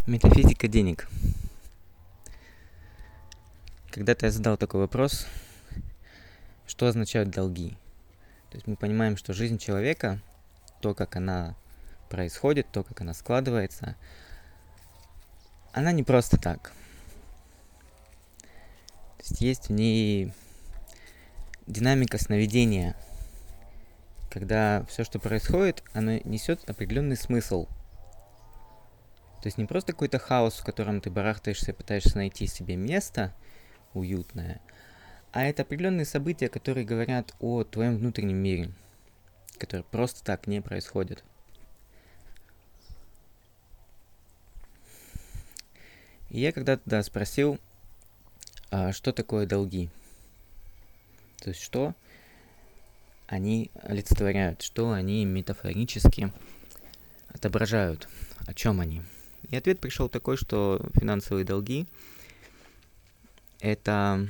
Метафизика денег. Когда-то я задал такой вопрос, что означают долги. То есть мы понимаем, что жизнь человека, то, как она происходит, то, как она складывается, она не просто так. То есть в ней динамика сновидения, когда все, что происходит, оно несет определенный смысл. То есть не просто какой-то хаос, в котором ты барахтаешься, пытаешься найти себе место уютное, а это определенные события, которые говорят о твоем внутреннем мире, которые просто так не происходят. И я когда-то спросил, что такое долги? То есть что они олицетворяют, что они метафорически отображают, о чем они. И ответ пришел такой, что финансовые долги – это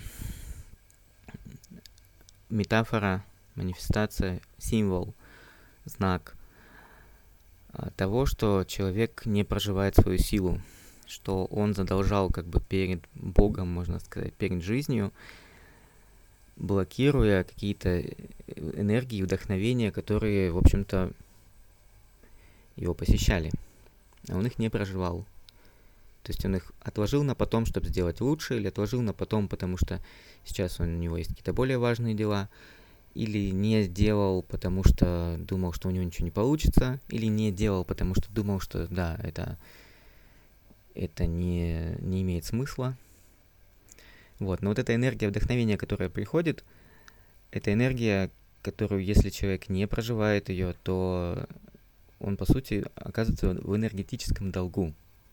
метафора, манифестация, символ, знак того, что человек не проживает свою силу, что он задолжал как бы перед Богом, можно сказать, перед жизнью, блокируя какие-то энергии, вдохновения, которые, в общем-то, его посещали. А он их не проживал. То есть он их отложил на потом, чтобы сделать лучше, или отложил на потом, потому что сейчас у него есть какие-то более важные дела, или не сделал, потому что думал, что у него ничего не получится, или не делал, потому что думал, что да, это не имеет смысла. Вот. Но вот эта энергия вдохновения, которая приходит, это энергия, которую, если человек не проживает ее, то он, по сути, оказывается в энергетическом долгу.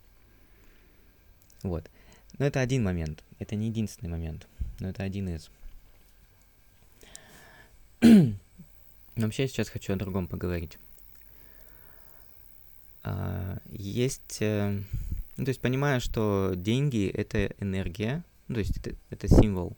Вот. Но это один момент. Это не единственный момент. Но это один из. Но вообще я сейчас хочу о другом поговорить. Есть... то есть понимаю, что деньги — это энергия, то есть это символ.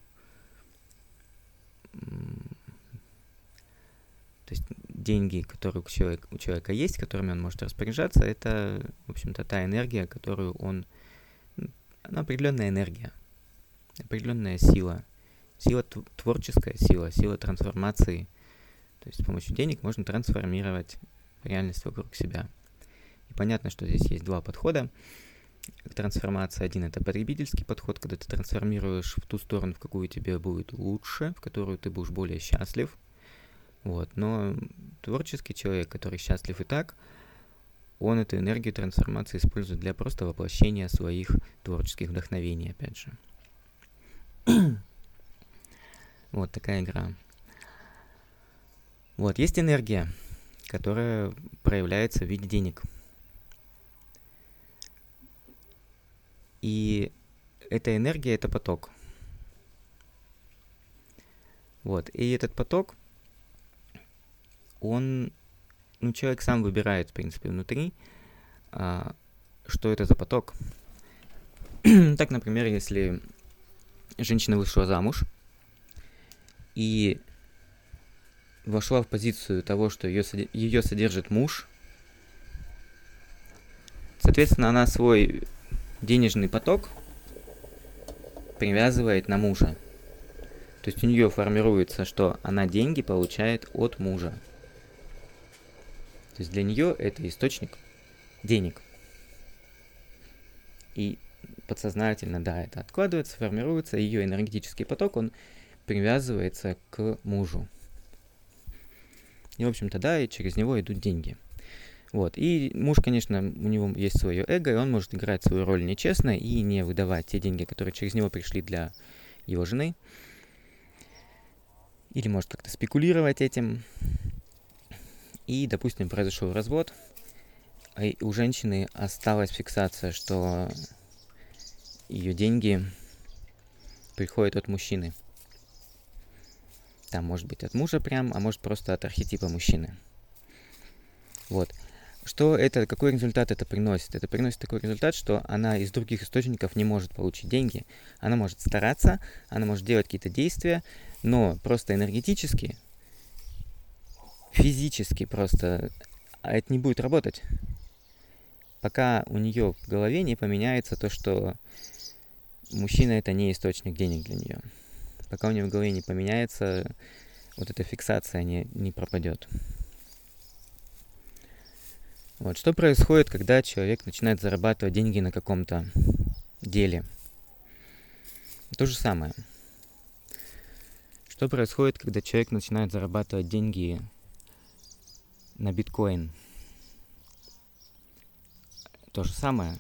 То есть деньги, которые у человека есть, которыми он может распоряжаться, это, в общем-то, та энергия, которую она определенная энергия, определенная сила, творческая сила трансформации. То есть с помощью денег можно трансформировать реальность вокруг себя. И понятно, что здесь есть два подхода к трансформации. Один — это потребительский подход, когда ты трансформируешь в ту сторону, в какую тебе будет лучше, в которую ты будешь более счастлив. Вот. Но творческий человек, который счастлив и так, он эту энергию трансформации использует для просто воплощения своих творческих вдохновений, опять же. Вот такая игра. Вот, есть энергия, которая проявляется в виде денег. И эта энергия — это поток. Вот, и этот поток, человек сам выбирает, в принципе, внутри, что это за поток. Так, например, если женщина вышла замуж и вошла в позицию того, что ее содержит муж, соответственно, она свой денежный поток привязывает на мужа. То есть у нее формируется, что она деньги получает от мужа. То есть для нее это источник денег. И подсознательно, да, это откладывается, формируется, ее энергетический поток, он привязывается к мужу. И, в общем-то, да, и через него идут деньги. Вот. И муж, конечно, у него есть свое эго, и он может играть свою роль нечестно и не выдавать те деньги, которые через него пришли для его жены. Или может как-то спекулировать этим. И, допустим, произошел развод, и у женщины осталась фиксация, что ее деньги приходят от мужчины. Там может быть от мужа прям, а может просто от архетипа мужчины. Вот. Какой результат это приносит? Это приносит такой результат, что она из других источников не может получить деньги. Она может стараться, она может делать какие-то действия, но просто энергетически, физически просто это не будет работать. пока у нее в голове не поменяется то, что мужчина это не источник денег для нее. Пока у нее в голове не поменяется, вот эта фиксация не пропадет. Вот. Что происходит, когда человек начинает зарабатывать деньги на каком-то деле? То же самое. Что происходит, когда человек начинает зарабатывать деньги на биткоин? То же самое.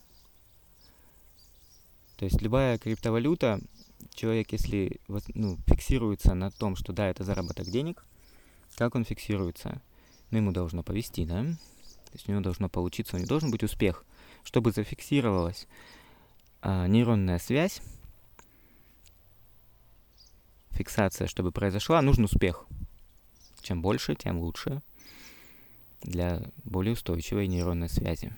То есть любая криптовалюта, человек, если фиксируется на том, что да, это заработок денег, как он фиксируется? Ему должно повести, да? То есть у него должно получиться, у него должен быть успех. Чтобы зафиксировалась нейронная связь, фиксация, чтобы произошла, нужен успех. Чем больше, тем лучше для более устойчивой нейронной связи.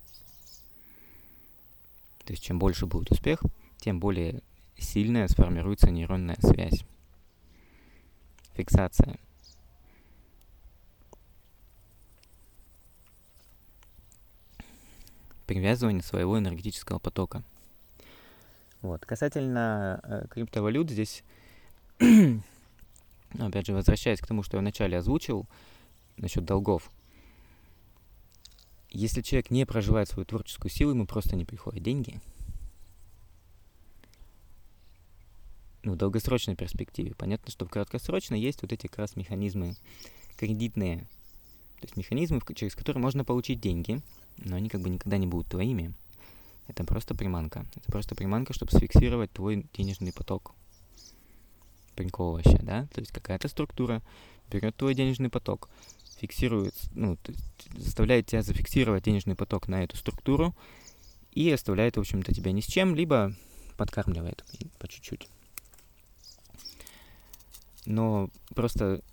То есть чем больше будет успех, тем более сильная сформируется нейронная связь. Фиксация. Привязывание своего энергетического потока. Вот. Касательно криптовалют, здесь, опять же, возвращаясь к тому, что я вначале озвучил, насчет долгов. Если человек не проживает свою творческую силу, ему просто не приходят деньги. В долгосрочной перспективе. Понятно, что в краткосрочной есть вот эти как раз механизмы кредитные. То есть механизмы, через которые можно получить деньги, но они как бы никогда не будут твоими. Это просто приманка. Это просто приманка, чтобы сфиксировать твой денежный поток. Прикол вообще, да? То есть какая-то структура берет твой денежный поток, фиксирует, заставляет тебя зафиксировать денежный поток на эту структуру и оставляет, в общем-то, тебя ни с чем, либо подкармливает по чуть-чуть. Но просто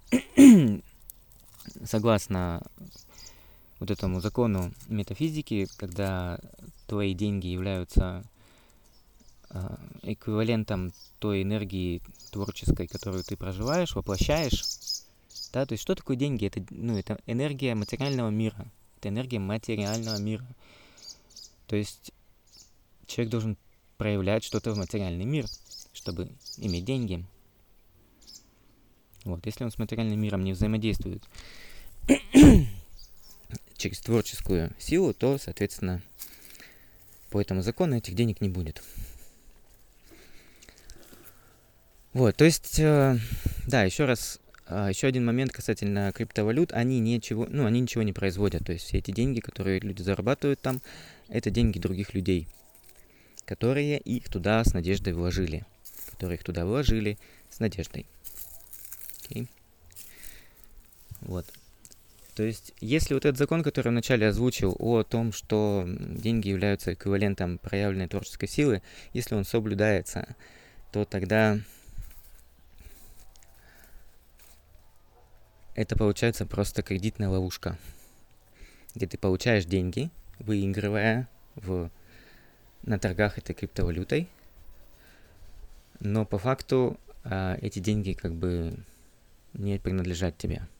согласно вот этому закону метафизики, когда твои деньги являются эквивалентом той энергии творческой, которую ты проживаешь, воплощаешь, да, то есть что такое деньги? Это энергия материального мира. Это энергия материального мира. То есть человек должен проявлять что-то в материальный мир, чтобы иметь деньги. Вот, если он с материальным миром не взаимодействует через творческую силу, то, соответственно, по этому закону этих денег не будет. Вот, то есть, да, еще один момент касательно криптовалют, они ничего не производят. То есть все эти деньги, которые люди зарабатывают там, это деньги других людей, которые их туда с надеждой вложили. С надеждой. Okay. Вот. То есть, если вот этот закон, который я вначале озвучил, о том, что деньги являются эквивалентом проявленной творческой силы, если он соблюдается, то тогда это получается просто кредитная ловушка, где ты получаешь деньги, выигрывая на торгах этой криптовалютой, но по факту эти деньги как бы не принадлежат тебе.